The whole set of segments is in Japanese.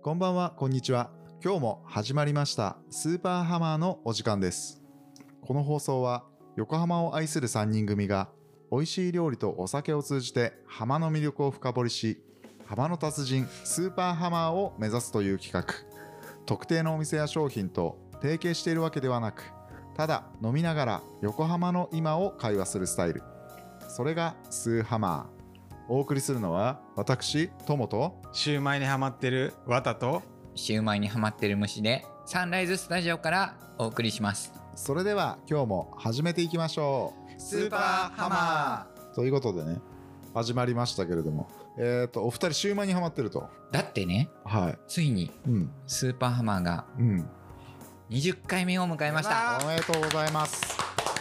こんばんは、こんにちは。今日も始まりましたスーパーハマーのお時間です。この放送は横浜を愛する3人組が美味しい料理とお酒を通じて浜の魅力を深掘りし、浜の達人スーパーハマーを目指すという企画。特定のお店や商品と提携しているわけではなく、ただ飲みながら横浜の今を会話するスタイル、それがスーハマー。お送りするのは私トモとシューマイにハマってるワタとシューマイにハマってる虫でサンライズスタジオからお送りします。 それでは今日も始めていきましょう。 スーパーハマーということでね、始まりましたけれども、お二人シューマイにハマってると。 だってね、 はいついにスーパーハマーが20回目を迎えました。 おめでとうございます。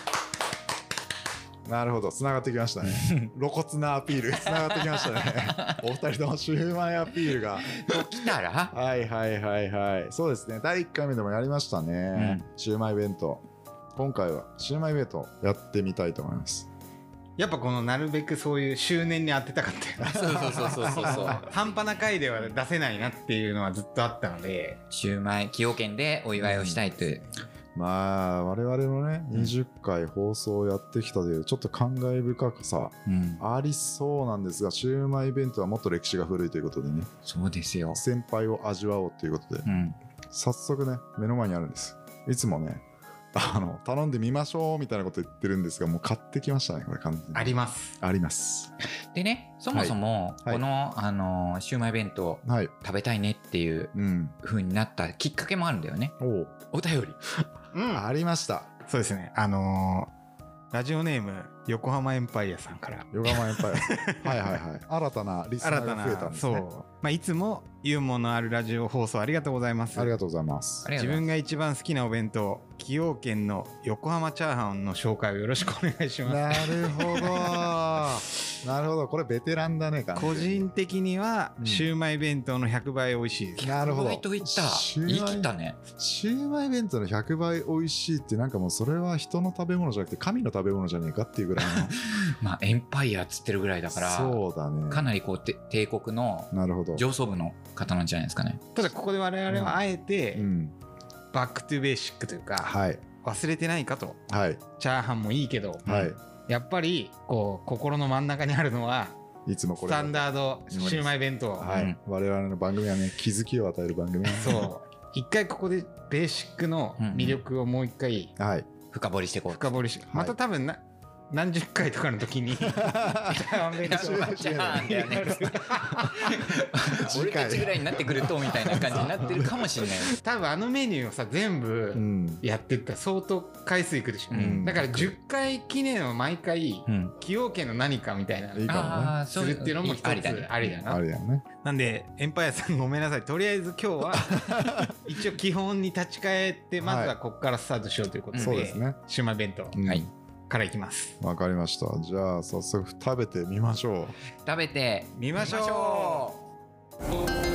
なるほど、つながってきましたね。露骨なアピールつながってきましたね。お二人ともシューマイアピールが来たらはいはいはいはい、そうですね、第1回目でもやりましたね、シューマイ弁当。今回はシューマイ弁当やってみたいと思います。 やっぱこのなるべくそういう周年に当てたかったよね。そう半端な回では出せないなっていうのはずっとあったので、 シューマイ崎陽軒でお祝いをしたいという、 まあ我々のね20回放送をやってきたというちょっと感慨深くさ、ありそうなんですが、シューマイ弁当はもっと歴史が古いということでね、 そうですよ、 先輩を味わおうということで、早速ね目の前にあるんです。いつもね頼んでみましょうみたいなこと言ってるんですが、もう買ってきましたね、これ完全に。 ありますあります。 でね、そもそもこの、シューマイ弁当、食べたいねっていう風になったきっかけもあるんだよね。お便りありました。 そうですね、ラジオネーム横浜エンパイアさんから。 横浜エンパイアはいはいはい、新たなリスナーが増えたんですね。 そう、いつもユーモアのあるラジオ放送ありがとうございます。 ありがとうございます。 自分が一番好きなお弁当、崎陽軒の横浜チャーハンの紹介をよろしくお願いします。 なるほどなるほど、これベテランだね。 個人的にはシューマイ弁当の100倍美味しいです。 なるほど、 100倍と言った、言い切ったね。 シューマイ弁当の100倍美味しいって、なんかもうそれは人の食べ物じゃなくて神の食べ物じゃねえかっていうぐらいのまあエンパイアっつってるぐらいだから、 そうだね、 かなりこう帝国の上層部の方なんじゃないですかね。 ただここで我々はあえて、バックトゥベーシックというか、忘れてないかと、チャーハンもいいけど、やっぱりこう心の真ん中にあるのはいつもこれスタンダードシューマイ弁当。 我々の番組はね、気づきを与える番組なんです。 そう一回ここでベーシックの魅力をもう一回深掘りしていこう。 深掘りして、また多分何十回とかの時にチャーハン弁当チャーハンだよね俺たちぐらいになってくるとみたいな感じになってるかもしれない。 多分あのメニューをさ全部やってったら相当回数いくでしょ、だから10回記念を毎回崎陽軒の何かみたいなするっていうのも一つありだな。なんでエンパイアさんごめんなさい、とりあえず今日は一応基本に立ち返ってまずはここからスタートしようということで、シューマイ弁当からいきます。 わかりました。じゃあ早速食べてみましょう。 食べてみましょう。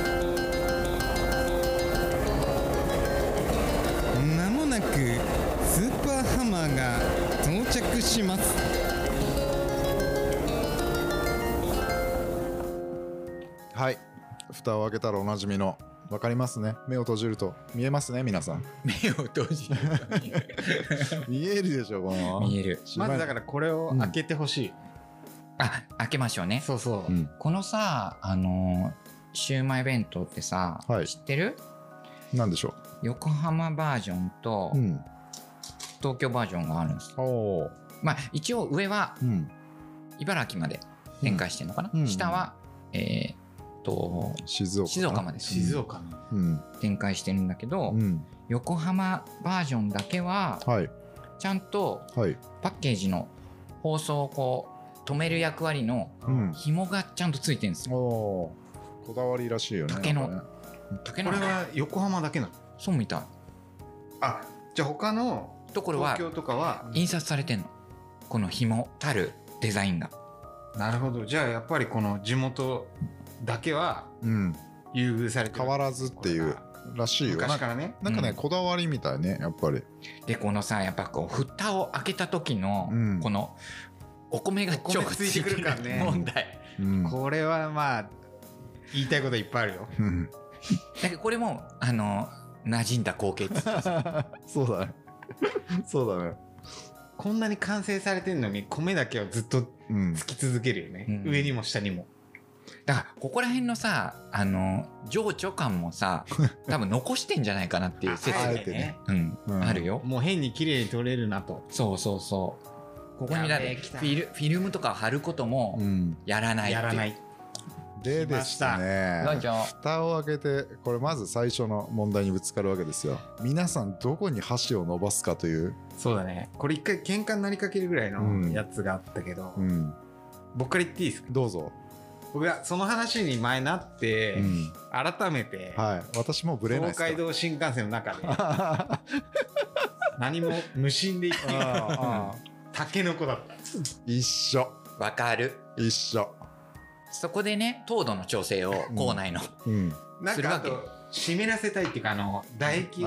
まもなくスーパーハマーが到着します。 はい、蓋を開けたらおなじみの、わかりますね。目を閉じると見えますね、皆さん。 目を閉じると見えるでしょ、この。 見える。 まずだからこれを開けてほしい。 開けましょうね。 そうそう。 このさ、シューマイ弁当ってさ、知ってる？ なんでしょう。 横浜バージョンと東京バージョンがあるんです。まあ一応上は茨城まで展開してるのかな。下は静岡まで展開してるんだけど、横浜バージョンだけはちゃんとパッケージの包装をこう止める役割の紐がちゃんとついてるんですよ。 こだわりらしいよね。 竹のこれは横浜だけなの？ そうみたい。 じゃあ他のところは東京とかは印刷されてんの、この紐たるデザインが。 なるほど。じゃあやっぱりこの地元だけは優遇されてる、 変わらずっていうらしいよ。 昔からね、 なんかね、こだわりみたいね、やっぱり。 でこのさ、やっぱこう蓋を開けた時のこのお米が超ついてくるからね問題、 これはまあ言いたいこといっぱいあるよ。 だけどこれも馴染んだ光景ってそうだねそうだね。 こんなに完成されてんのに米だけはずっとつき続けるよね、上にも下にも。 だからここら辺のさ情緒感もさ多分残してんじゃないかなっていう説がね、あるよ。 もう変に綺麗に撮れるなと。 そうそうそう。ここにだってフィルムとか貼ることもやらないっていう、 やらない。 でですね、蓋を開けてこれまず最初の問題にぶつかるわけですよ。皆さんどこに箸を伸ばすかという。 そうだね。これ一回喧嘩になりかけるぐらいのやつがあったけど、僕から言っていいですか？ どうぞ。 僕はその話に前なって、改めて、 私もブレないですか？ 東海道新幹線の中で何も無心で言ってタケノコだった。 一緒。 わかる。 一緒。 そこでね糖度の調整を校内の、 なんかあと湿らせたいっていうか唾液を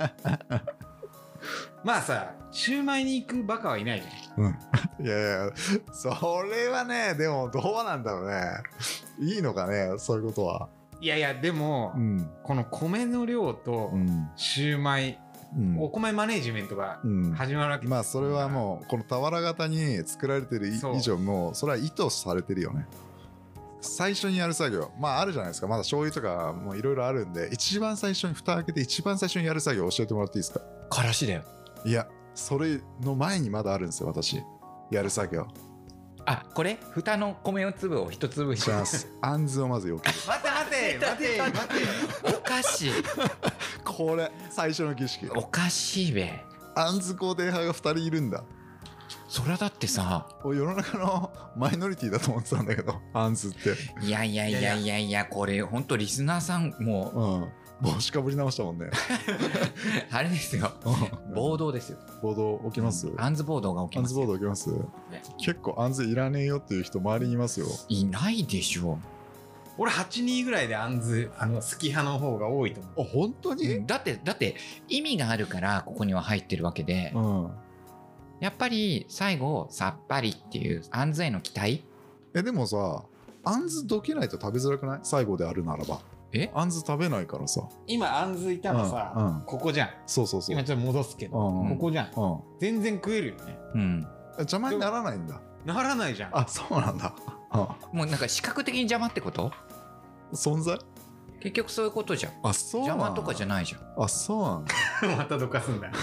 まあさシューマイに行くバカはいないじゃん。いやいやそれはねでもどうなんだろうね。いいのかねそういうことは。 いやいやでも、この米の量とシューマイ、お米マネジメントが始まるわけです。 まあそれはもうこの俵型に作られてる以上もうそれは意図されてるよね。最初にやる作業あるじゃないですか。まだ醤油とかもいろいろあるんで一番最初に蓋開けて一番最初にやる作業教えてもらっていいですか？ からしだよ。 いやそれの前にまだあるんですよ私やる作業。 これ蓋の米の粒を一粒します。あんずをまずよける。 待ておかしいこれ最初の儀式。 おかしいべ。 あんず肯定派が2人いるんだ。 それはだってさ世の中のマイノリティだと思ってたんだけどあんずって。 いやこれほんとリスナーさんも帽子かぶり直したもんねあれですよ暴動ですよ。 暴動起きます？ あんず暴動が起きます。 あんず暴動起きます？結構あんずいらねえよっていう人周りにいますよ。 いないでしょ。 俺8-2ぐらいであんず好き派の方が多いと思う。 本当に？ だって意味があるからここには入ってるわけで、やっぱり最後さっぱりっていうあんずへの期待。 でもさあんずどけないと食べづらくない？最後であるならば。あんず食べないからさ。 今あんずいたのさ、ここじゃん。 そう今ちょっと戻すけど、ここじゃん、全然食えるよね。 邪魔にならないんだ。 ならないじゃん。 そうなんだ。 もうなんか視覚的に邪魔ってこと？ 存在？ 結局そういうことじゃん。 そう邪魔とかじゃないじゃん。 そうなんだまたどかすんだ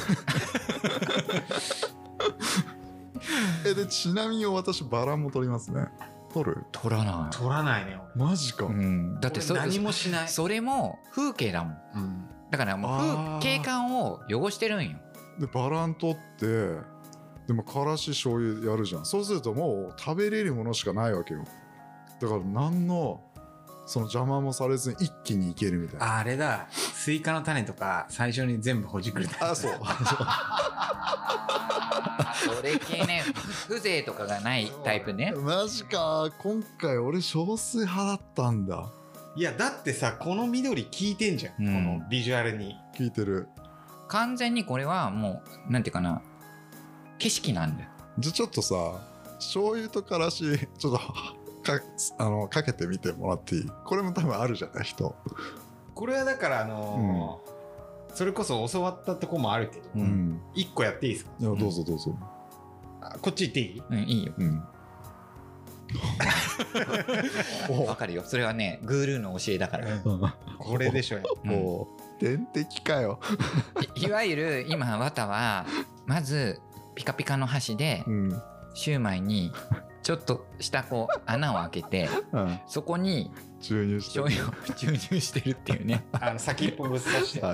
でちなみに私バランも取りますね。取らないね俺。マジか。 だって何もしない。 それも風景だもん、だからもう景観を汚してるんよ。 でバラン取ってでもからし醤油やるじゃん。そうするともう食べれるものしかないわけよ。だから何のその邪魔もされずに一気にいけるみたいな。 あれだスイカの種とか最初に全部ほじくるタイプ。 そうそれ系ね風情とかがないタイプね。 マジか。今回俺少数派だったんだ。 いやだってさこの緑効いてんじゃん、このビジュアルに効いてる。 完全にこれはもうなんていうかな景色なんだよ。 じゃあちょっとさ醤油とからしちょっとかけてみてもらっていい？これも多分あるじゃない人。 これはだからそれこそ教わったとこもあるけど、1個やっていいですか？ いやどうぞどうぞ。 こっち行っていい？ いいよ。わかるよ。それはねグールーの教えだから。 これでしょ。 もう天敵かよいわゆる今綿はまずピカピカの箸でシューマイにちょっと下こう穴を開けてそこに注入して醤油を注入してるっていうね。 先っぽぶっ刺してい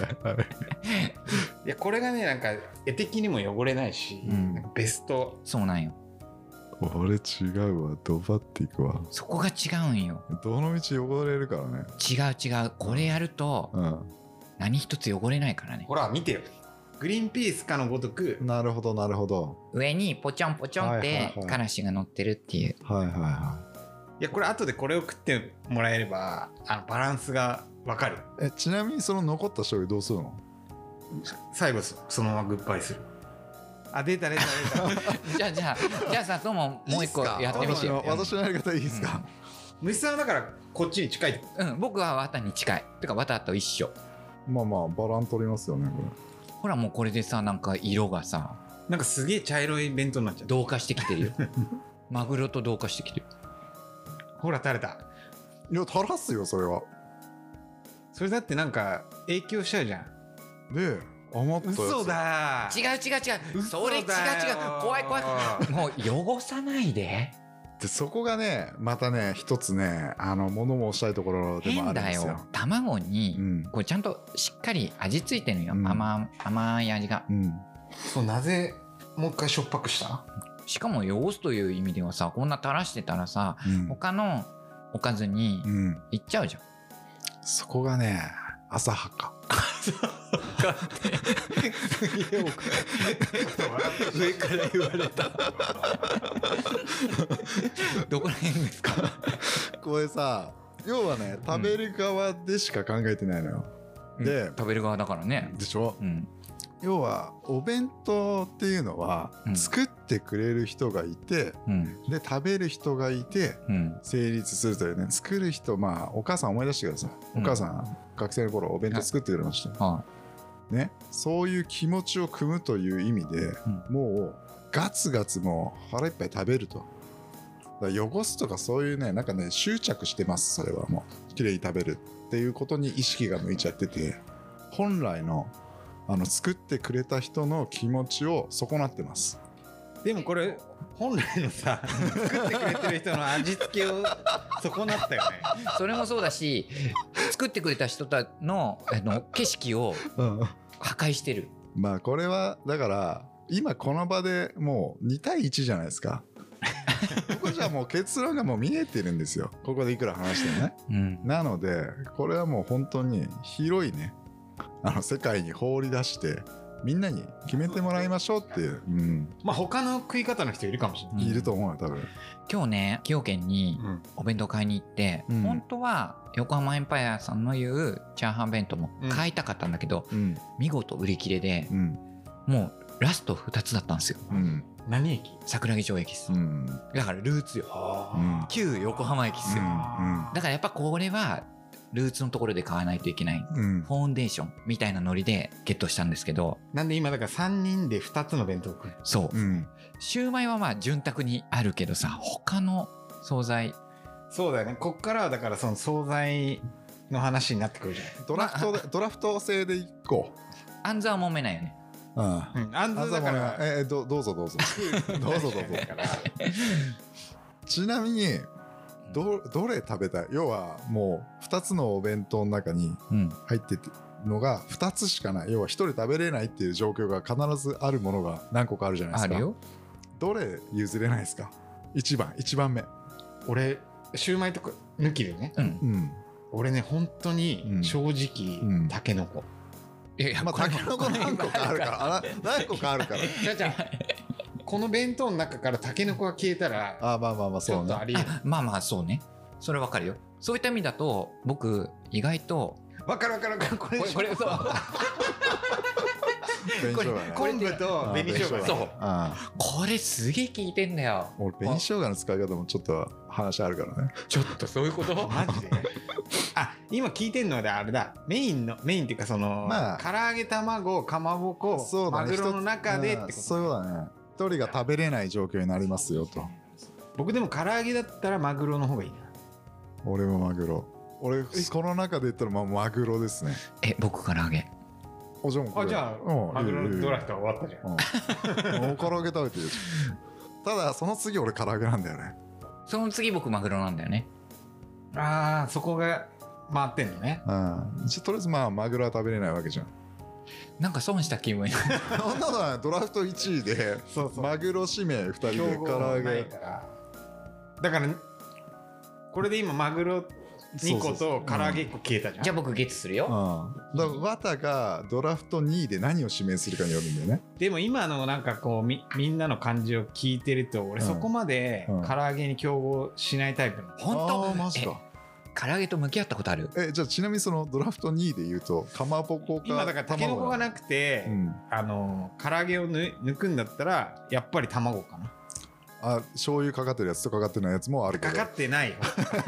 やこれがねなんか絵的にも汚れないし、ベスト。 そうなんよ。 俺違うわ。ドバっていくわ。 そこが違うんよ。 どの道汚れるからね。 違うこれやると何一つ汚れないからね。 ほら見てよ。グリーンピースかのごとく。 なるほどなるほど。 上にポチョンポチョンってからしが乗ってるっていう。 いやこれ後でこれを食ってもらえればバランスが分かる。 ちなみにその残った醤油どうするの？ 最後そのままグッバイする。出たじゃあさとももう一個やってみてよ。 私のやり方いいですか？ 虫さんはだからこっちに近いってこと？ 僕は綿に近い。てか綿と一緒。 まあまあバラン取りますよねこれ。 ほらもうこれでさ、なんか色がさ、 なんかすげえ茶色い弁当になっちゃう。 同化してきてるよ。マグロと同化してきてる。 ほら垂れた。 いや垂らすよそれは。 それだってなんか影響しちゃうじゃん。 で余ったやつ。 嘘だ。 違う。それ違う。怖い。もう汚さないで。 でそこがねまたね一つね物申したいところでもあるんですよ。 変だよ。卵にこれちゃんとしっかり味付いてるよ。甘い味が。 そう、なぜもう一回しょっぱくした？ しかも汚すという意味ではさ、こんな垂らしてたらさ、他のおかずにいっちゃうじゃん。 そこがね浅はか。 上から言われた。 どこら辺ですか？ これさ、要はね食べる側でしか考えてないのよ。で食べる側だからね。 でしょ。要はお弁当っていうのは作ってくれる人がいて、で食べる人がいて成立するというね。作る人、まあお母さん思い出してください。お母さん学生の頃お弁当作ってくれました。ね、そういう気持ちを汲むという意味で、もうガツガツもう腹いっぱい食べると。だから汚すとかそういうねなんかね執着してます。それはもうきれいに食べるっていうことに意識が向いちゃってて、本来の作ってくれた人の気持ちを損なってます。 でもこれ本来のさ作ってくれてる人の味付けを損なったよね。 それもそうだし、作ってくれた人の景色を破壊してる。 まあこれはだから今この場でもう2対1じゃないですか。ここじゃもう結論がもう見えてるんですよ。ここでいくら話してもね。なのでこれはもう本当に広いね世界に放り出してみんなに決めてもらいましょうっていう、 まあ他の食い方の人いるかもしれない、 いると思うよ多分。 今日ね崎陽軒にお弁当買いに行って、本当は横浜エンパイアさんの言うチャーハン弁当も買いたかったんだけど、見事売り切れで、もうラスト2つだったんですよ。 何駅？ 桜木町駅です、だからルーツよ、旧横浜駅ですよ、だからやっぱこれはルーツのところで買わないといけない、ファウンデーションみたいなノリでゲットしたんですけど、 なんで今だから3人で2つの弁当食う。 そう、シューマイはまあ潤沢にあるけどさ、他の惣菜、 そうだよね。こっからはだからその惣菜の話になってくるじゃん。 ドラフト制で1個あんずは揉めないよね。 あんずだからどうぞちなみにどれ食べたい？要はもう2つのお弁当の中に入っててのが2つしかない。要は1人食べれないっていう状況が必ずあるものが何個かあるじゃないですか。 あるよ。 どれ譲れないですか？1番目。 俺シューマイとか抜きでね、俺ね本当に正直タケノコ。 まあタケノコ何個かあるから何個かあるからじゃこの弁当の中からタケノコが消えたらまあそうね。 まあそうね、それわかるよ。そういった意味だと僕意外とわかるこれそう昆布と紅生姜。 そうこれすげえ効いてんだよ。 俺紅生姜の使い方もちょっと話あるからね。 ちょっとそういうことマジで今聞いてんのであれだ、メインっていうかその唐揚げ卵かまぼこマグロの中でってこと。 そうだね。一人が食べれない状況になりますよと。 僕でも唐揚げだったらマグロの方がいいな。 俺もマグロ。俺この中で言ったらマグロですね。 僕唐揚げ。 じゃあマグロのドラフトは終わったじゃん。 もう唐揚げ食べてる。ただその次俺唐揚げなんだよね。 その次僕マグロなんだよね。 そこが回ってんのね。 とりあえずマグロは食べれないわけじゃん。 なんか損した気分になる。 ドラフト1位でマグロ指名2人で唐揚げだからこれで今マグロ2個と唐揚げ1個消えたじゃん。 じゃあ僕ゲッツするよ。 だから綿がドラフト2位で何を指名するかによるんだよね。 でも今のなんかこうみんなの感じを聞いてると俺そこまで唐揚げに競合しないタイプなの。 本当？ マジか。 唐揚げと向き合ったことある？ じゃあちなみにそのドラフト2位で言うとかまぼこか今だからタケノコがなくて、唐揚げを抜くんだったらやっぱり卵かな。 あ、醤油かかってるやつとかかってないやつもあるけど。 かかってないよ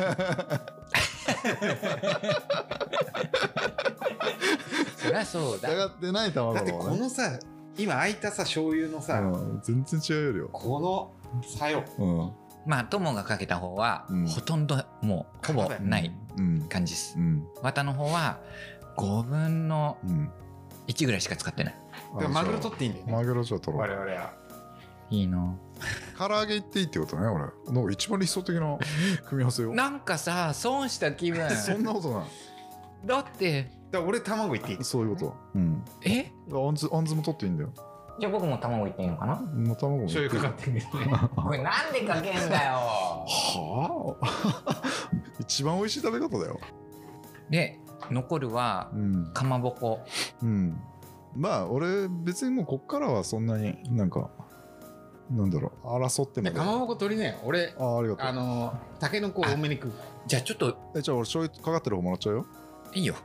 そりゃそうだ。 かかってない卵だってこのさ今開いたさ醤油のさ、 全然違うよ。 この作用、 まあ友がかけた方はほとんどもうほぼない感じです。綿の方は5分の1ぐらいしか使ってない。 マグロ取っていいんだよね。 マグロちょっと取ろう。 我々は。 いいな。 唐揚げいっていいってことね。俺なんか一番理想的な組み合わせよ。 なんかさ損した気分そんなことない。 だって俺卵いっていい。 そういうこと。あんずも取っていいんだよ。 じゃあ僕も卵いっていいのかな。 もう卵も醤油かかってんけどねこれなんでかけんだよはあ一番美味しい食べ方だよ。 で残るはかまぼこ。 まあ俺別にもうこっからはそんなになんかなんだろう争ってもかまぼこ取りね。俺ありがとう。 たけのこ多めに食う。 じゃあちょっとじゃあ俺醤油かかってる方もらっちゃうよ。 いいよ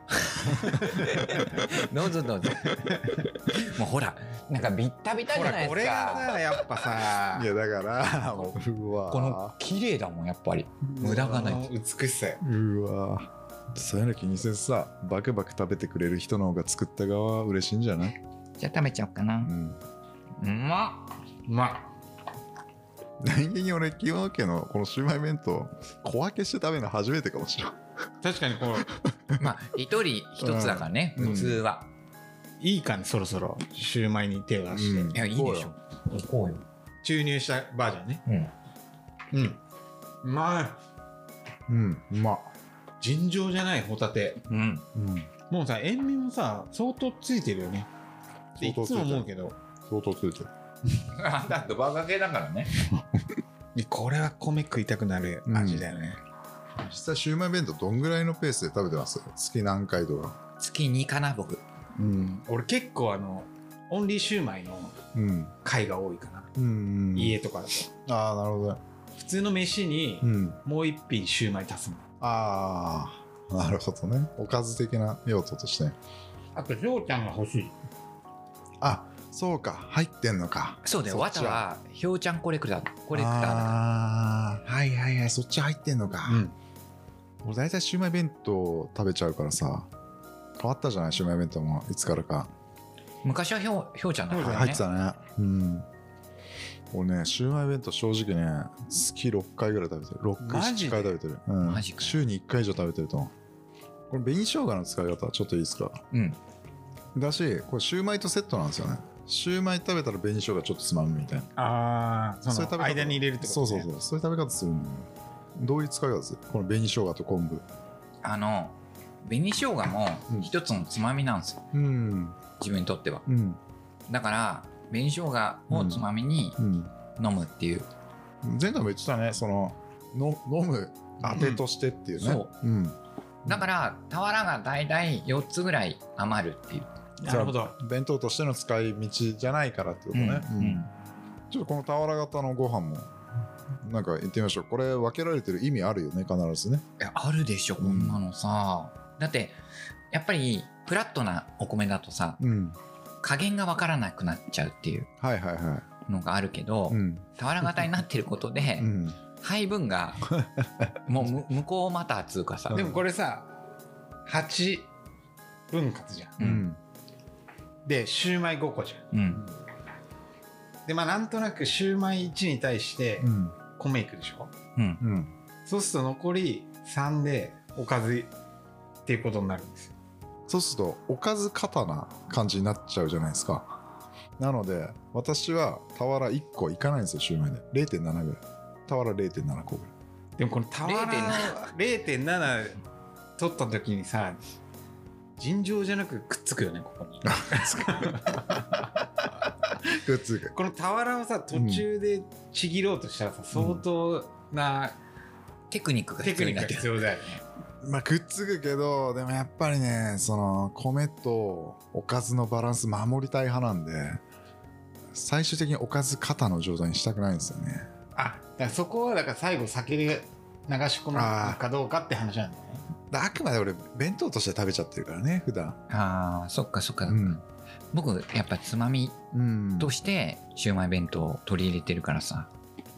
どうぞどうぞもうほらなんかビッタビタじゃないですか。 これがさやっぱさいやだからうわこの綺麗だもんやっぱり無駄がない。 美しさよ。 うわそういうの気にせずさバクバク食べてくれる人の方が作った側は嬉しいんじゃない。 じゃあ食べちゃおうかな。うまっ。 何気に俺崎陽軒のこのシウマイ弁当小分けして食べるの初めてかもしれない。 確かにこうまあ一人一つだからね、普通は。 いいかねそろそろシューマイに手を出して。 いやいいでしょ。行こうよ。 注入したバージョンね。うまい。 うまっ。 尋常じゃないホタテ。もうさ塩味もさ相当ついてるよね。いつも思うけど相当ついてる。 だってバーガー系だからねこれは米食いたくなる味だよね。 実際シウマイ弁当どんぐらいのペースで食べてます？月何回とか？ 月2かな僕。 俺結構オンリーシューマイの回が多いかな。家とかだと。 ああなるほどね。 普通の飯にもう一品シューマイ足すの。 ああなるほどね。おかず的な用途として。 あとひょうちゃんが欲しい。 あそうか入ってんのか。 そうだよ。わたはひょうちゃんコレクターだから。 はいはいはいそっち入ってんのか。俺大体シウマイ弁当食べちゃうからさ。変わったじゃないシウマイ弁当もいつからか。 昔はひょうちゃんだからね。 入ってたね。俺ねシウマイ弁当正直ね月6回ぐらい食べてる。6、7回食べてる。 マジか。 週に1回以上食べてると思う。これ紅生姜の使い方ちょっといいですか？だしこれシウマイとセットなんですよね。シューマイ食べたら紅生姜ちょっとつまむみたいな。 その間に入れるってことね。 そうそういう食べ方するのよ。どういう使い方です？この紅生姜と昆布。 紅生姜も一つのつまみなんですよ、自分にとっては、だから紅生姜をつまみに飲むっていう、 前回も言ってたね。その飲む当てとしてっていうね、そう、 だから俵がだいたい4つぐらい余るっていう。 なるほど。 弁当としての使い道じゃないからってことね。ちょっとこの俵型のご飯もなんか言ってみましょう。これ分けられてる意味あるよね必ずね。 いやあるでしょこんなのさ、だってやっぱりフラットなお米だとさ、加減が分からなくなっちゃうっていうのがあるけど、俵型になってることで、配分がもう向こうまたつうかさ、 でもこれさ8分割じゃん、でシューマイ5個じゃん、でまあなんとなくシューマイ1に対して米いくでしょ、そうすると残り3でおかずっていうことになるんですよ。 そうするとおかず肩な感じになっちゃうじゃないですか。なので私は俵1個いかないんですよシューマイで。 0.7 ぐらい。俵 0.7 個ぐらい。 でもこの俵 0.7 取った時にさ尋常じゃなくくっつくよねここにくっつく。 この俵をさ途中でちぎろうとしたらさ、相当なテクニックが必要だよね。 まあくっつくけどでもやっぱりねその米とおかずのバランス守りたい派なんで最終的におかず肩の状態にしたくないんですよね。 だからそこはだから最後酒で流し込むかどうかって話なんだよね。 あくまで俺弁当として食べちゃってるからね普段。 そっかそっか、僕やっぱつまみとしてシウマイ弁当を取り入れてるからさ。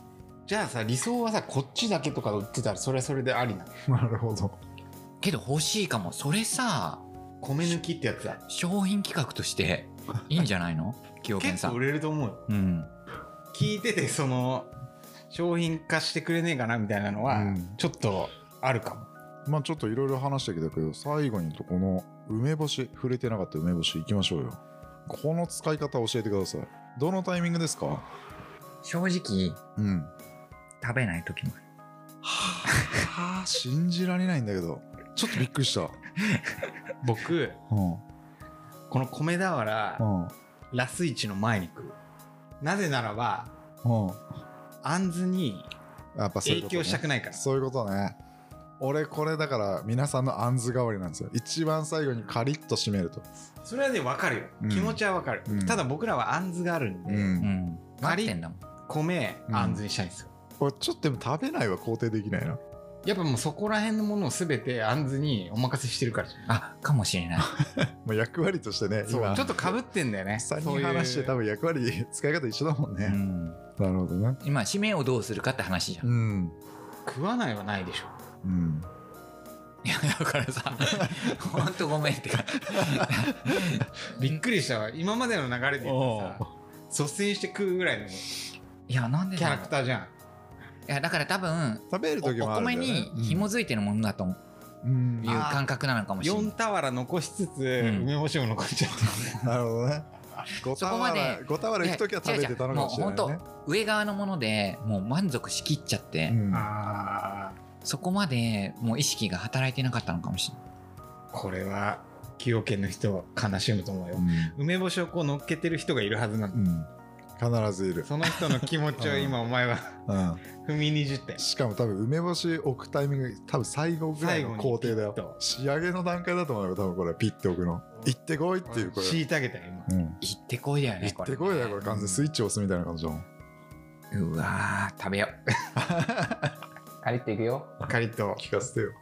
じゃあさ理想はさこっちだけとか売ってたらそれはそれでありなの。なるほど。 けど欲しいかも。それさ米抜きってやつだ。 商品企画としていいんじゃないの？崎陽軒さん結構売れると思うよ。聞いててその商品化してくれねえかなみたいなのはちょっとあるかも。 まあちょっといろいろ話してきたけど、最後にこの梅干し、触れてなかった梅干しいきましょうよ。この使い方教えてください。どのタイミングですか？ 正直、食べない時もある。 はあ、信じられないんだけど、ちょっとびっくりした。 僕、この米俵、ラスイチの前に食う。なぜならば、あんずに影響したくないから。 そういうことね。俺これだから皆さんのあんず代わりなんですよ。一番最後にカリッと締めると。 それはね分かるよ、気持ちは分かる、ただ僕らはあんずがあるんで、カリッ米あんずにしたいんですよ。 これちょっとでも食べないは肯定できないな。 やっぱもうそこら辺のものを全てあんずにお任せしてるからじゃん。 あ、かもしれない。 まあ役割としてね、 今ちょっと被ってんだよね。 3人話して多分役割使い方一緒だもんね。なるほどね。 今締めをどうするかって話じゃん。 食わないはないでしょ。 いやだからさ、ほんとごめんってかびっくりしたわ。今までの流れで言うとさ、率先して食うぐらいのキャラクターじゃん。 いやだから多分食べる時もあるんだよね。 お米に紐づいてるものだという感覚なのかもしれない。 4俵残しつつ梅干しも残っちゃって。 なるほどね。 そこまで 5俵行く時は食べてたのかもしれないね。 もう本当上側のものでもう満足しきっちゃって、そこまでもう意識が働いてなかったのかもしれない。 これは崎陽軒の人は悲しむと思うよ。梅干しをこう乗っけてる人がいるはずなんだ。 必ずいる。 その人の気持ちを今お前は踏みにじって。 しかも多分梅干し置くタイミング多分最後ぐらいの工程だよ。仕上げの段階だと思うよ。多分これピッて置くの。行ってこいっていうこれ。 虐げたよ今。 行ってこいだよね。 行ってこいだよこれ。完全にスイッチ押すみたいな感じだもん。 うわー食べよう。カリッといくよ。 カリッと聞かせてよ。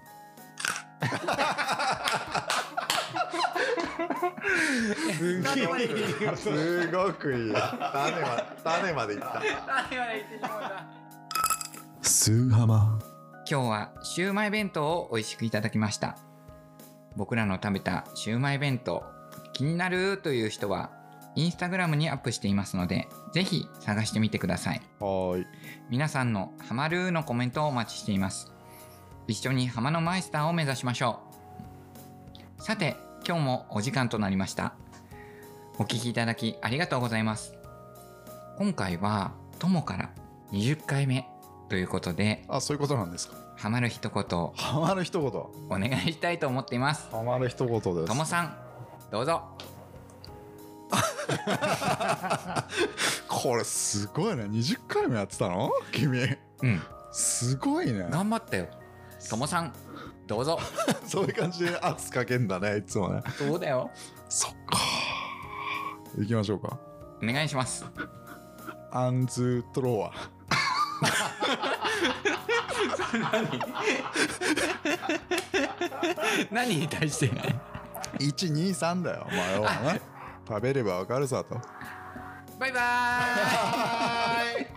すごくいい。種までいった。 種までいってしまった。 スーハマ。 今日はシューマイ弁当を美味しくいただきました。僕らの食べたシューマイ弁当気になるという人はインスタグラムにアップしていますので、ぜひ探してみてください。皆さんのハマるのコメントをお待ちしています。一緒にハマのマイスターを目指しましょう。さて今日もお時間となりました。お聞きいただきありがとうございます。今回は友から20回目ということで、 そういうことなんですか。 ハマる一言、 ハマる一言お願いしたいと思っています。 ハマる一言です。 友さんどうぞ。 これすごいね。20回もやってたの君。すごいね。 頑張ったよ。友さんどうぞ。 そういう感じで圧かけんだねいつもね。 そうだよ。 そっか。行きましょうか。 お願いします。 アンズトロワ。 何に対して 123だよお前はね。食べればわかるさと。 バイバーイ。